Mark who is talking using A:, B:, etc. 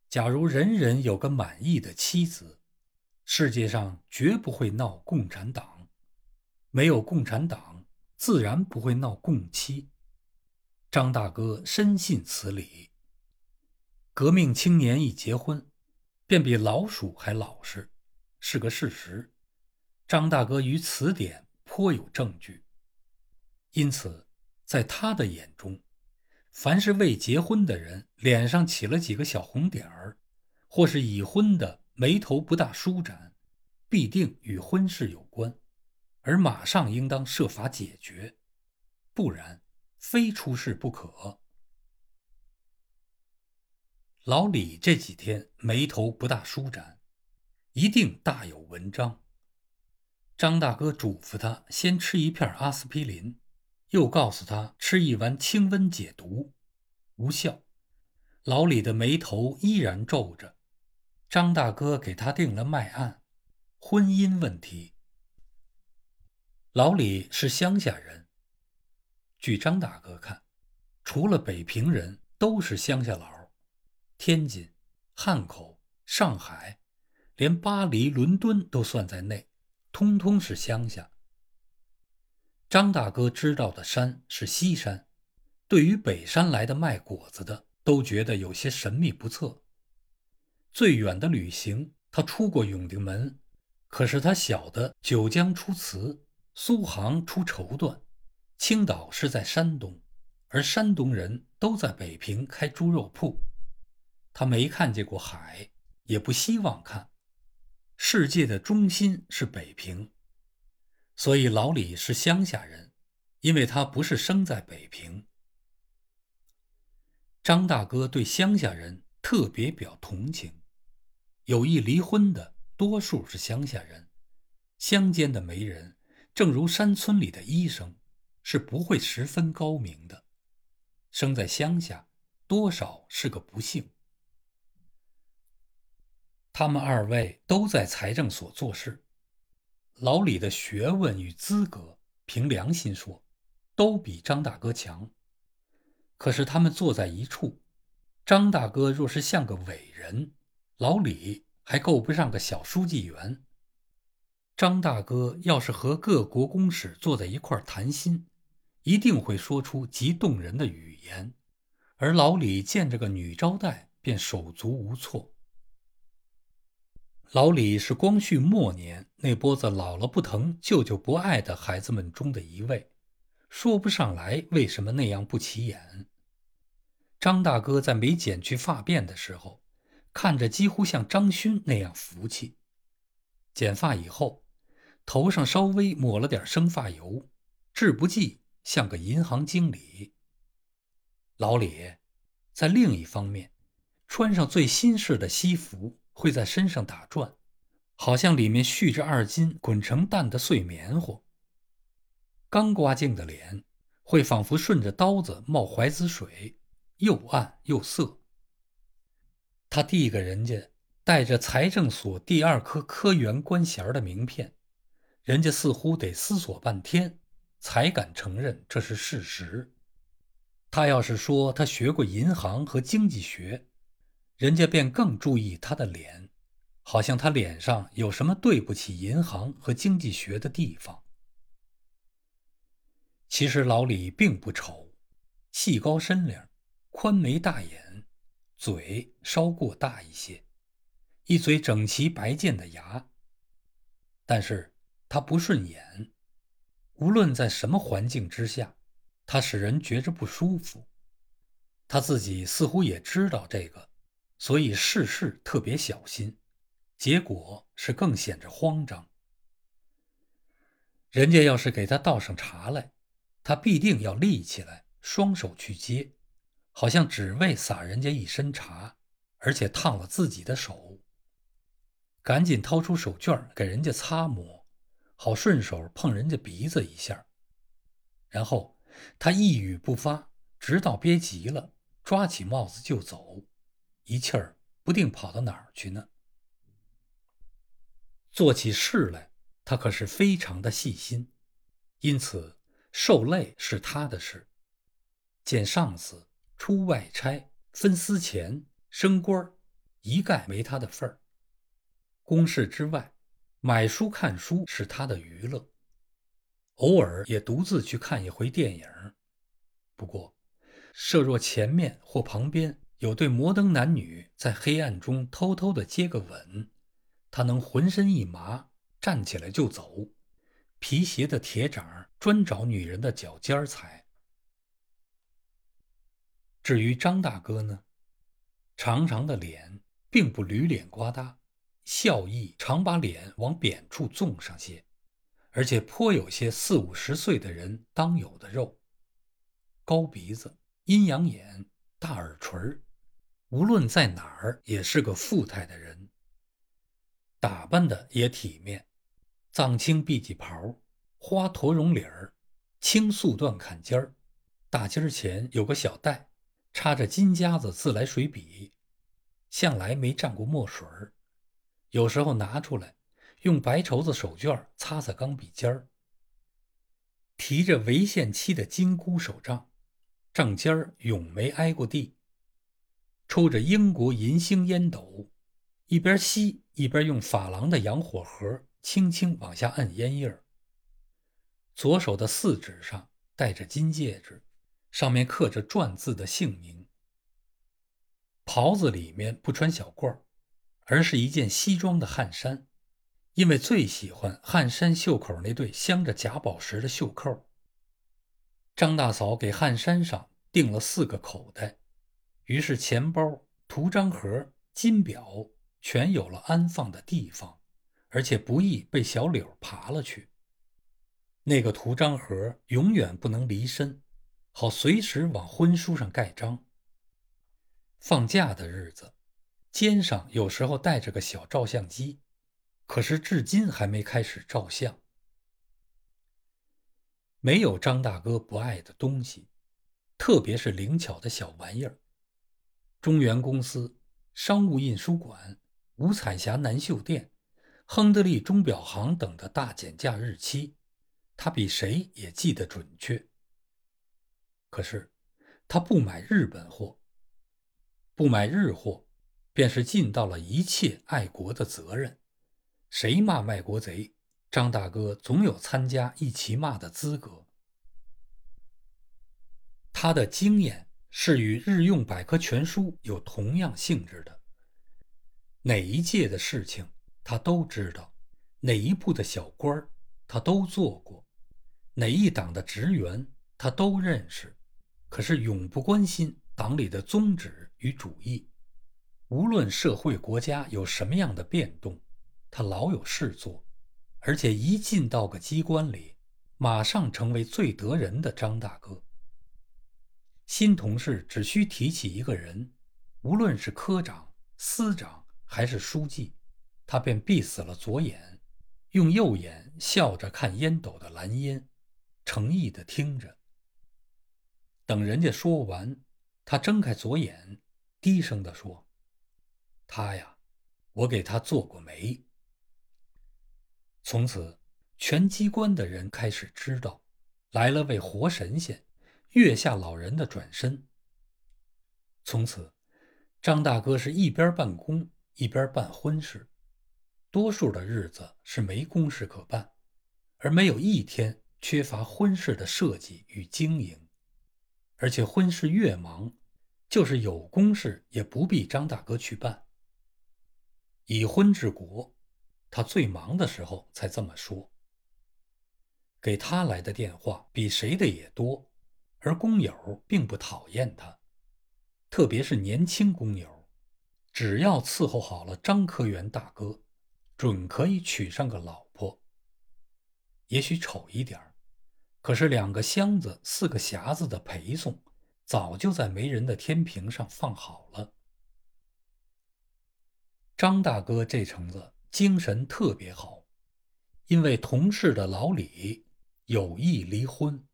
A: 假如人人有个满意的妻子，世界上绝不会闹共产党，没有共产党，自然不会闹共妻。张大哥深信此理。革命青年一结婚，便比老鼠还老实，是个事实。张大哥于此点颇有证据。因此，在他的眼中，凡是未结婚的人脸上起了几个小红点儿，或是已婚的眉头不大舒展，必定与婚事有关，而马上应当设法解决，不然非出事不可。老李这几天眉头不大舒展，一定大有文章。张大哥嘱咐他先吃一片阿司匹林，又告诉他吃一丸清瘟解毒，无效。老李的眉头依然皱着。张大哥给他定了脉案，婚姻问题。老李是乡下人，据张大哥看，除了北平人都是乡下佬，天津、汉口、上海，连巴黎、伦敦都算在内，通通是乡下。张大哥知道的山是西山，对于北山来的卖果子的都觉得有些神秘不测。最远的旅行他出过永定门，可是他晓得九江出瓷，苏杭出绸缎，青岛是在山东，而山东人都在北平开猪肉铺。他没看见过海，也不希望看。世界的中心是北平，所以老李是乡下人，因为他不是生在北平。张大哥对乡下人特别表同情，有意离婚的多数是乡下人，乡间的媒人，正如山村里的医生，是不会十分高明的，生在乡下多少是个不幸。他们二位都在财政所做事，老李的学问与资格，凭良心说，都比张大哥强。可是他们坐在一处，张大哥若是像个伟人，老李还够不上个小书记员。张大哥要是和各国公使坐在一块谈心，一定会说出极动人的语言，而老李见着个女招待便手足无措。老李是光绪末年那波子姥姥不疼舅舅不爱的孩子们中的一位，说不上来为什么那样不起眼。张大哥在没剪去发辫的时候，看着几乎像张勋那样福气。剪发以后，头上稍微抹了点生发油，志不济像个银行经理。老李在另一方面，穿上最新式的西服，会在身上打转，好像里面蓄着2斤滚成蛋的碎棉花。刚刮净的脸，会仿佛顺着刀子冒怀子水，又暗又涩。他递给人家带着财政所第2科科员官衔的名片，人家似乎得思索半天，才敢承认这是事实。他要是说他学过银行和经济学，人家便更注意他的脸，好像他脸上有什么对不起银行和经济学的地方。其实老李并不丑，细高身量，宽眉大眼，嘴稍过大一些，一嘴整齐白健的牙。但是他不顺眼，无论在什么环境之下，他使人觉着不舒服。他自己似乎也知道这个，所以事事特别小心，结果是更显着慌张。人家要是给他倒上茶来，他必定要立起来，双手去接，好像只为洒人家一身茶，而且烫了自己的手。赶紧掏出手绢给人家擦抹，好顺手碰人家鼻子一下。然后他一语不发，直到憋急了，抓起帽子就走，一气儿不定跑到哪儿去呢。做起事来，他可是非常的细心，因此受累是他的事。见上司、出外差、分司钱、升官， 一概没他的份儿。公事之外，买书看书是他的娱乐，偶尔也独自去看一回电影。不过，设若前面或旁边有对摩登男女在黑暗中偷偷地接个吻，他能浑身一麻，站起来就走，皮鞋的铁掌专找女人的脚尖踩。至于张大哥呢，长长的脸并不驴脸瓜搭，笑意常把脸往扁处纵上些，而且颇有些40-50岁的人当有的肉。高鼻子，阴阳眼，大耳垂，无论在哪儿也是个富态的人。打扮的也体面，藏青碧记袍，花驼绒领儿，青素缎坎肩儿，大襟前有个小袋，插着金夹子自来水笔，向来没蘸过墨水，有时候拿出来用白绸子手绢擦擦钢笔尖儿。提着围线漆的金箍手杖，杖尖儿永没挨过地，抽着英国银星烟斗，一边吸一边用珐琅的洋火盒轻轻往下按烟叶儿。左手的四指上戴着金戒指，上面刻着篆字的姓名。袍子里面不穿小褂，而是一件西装的汗衫，因为最喜欢汗衫袖口那对镶着假宝石的袖扣。张大嫂给汗衫上钉了4个口袋，于是钱包、图章盒、金表全有了安放的地方，而且不易被小柳爬了去。那个图章盒永远不能离身，好随时往婚书上盖章。放假的日子，肩上有时候带着个小照相机，可是至今还没开始照相。没有张大哥不爱的东西，特别是灵巧的小玩意儿。中原公司、商务印书馆、五彩霞南绣店、亨德利钟表行等的大减价日期，他比谁也记得准确。可是他不买日本货，不买日货便是尽到了一切爱国的责任。谁骂卖国贼，张大哥总有参加一起骂的资格。他的经验是与日用百科全书有同样性质的，哪一届的事情他都知道，哪一部的小官他都做过，哪一党的职员他都认识，可是永不关心党里的宗旨与主义。无论社会国家有什么样的变动，他老有事做，而且一进到个机关里，马上成为最得人的张大哥。新同事只需提起一个人，无论是科长、司长还是书记，他便闭死了左眼，用右眼笑着看烟斗的蓝烟，诚意地听着。等人家说完，他睁开左眼，低声地说：“他呀，我给他做过媒。”从此，全机关的人开始知道，来了位活神仙，月下老人的转身。从此，张大哥是一边办公一边办婚事，多数的日子是没公事可办，而没有一天缺乏婚事的设计与经营。而且婚事越忙，就是有公事也不必张大哥去办。已婚治国，他最忙的时候才这么说。给他来的电话比谁的也多，而工友并不讨厌他，特别是年轻工友，只要伺候好了张科员大哥，准可以娶上个老婆。也许丑一点，可是2个箱子4个匣子的陪送，早就在媒人的天平上放好了。张大哥这程子精神特别好，因为同事的老李有意离婚。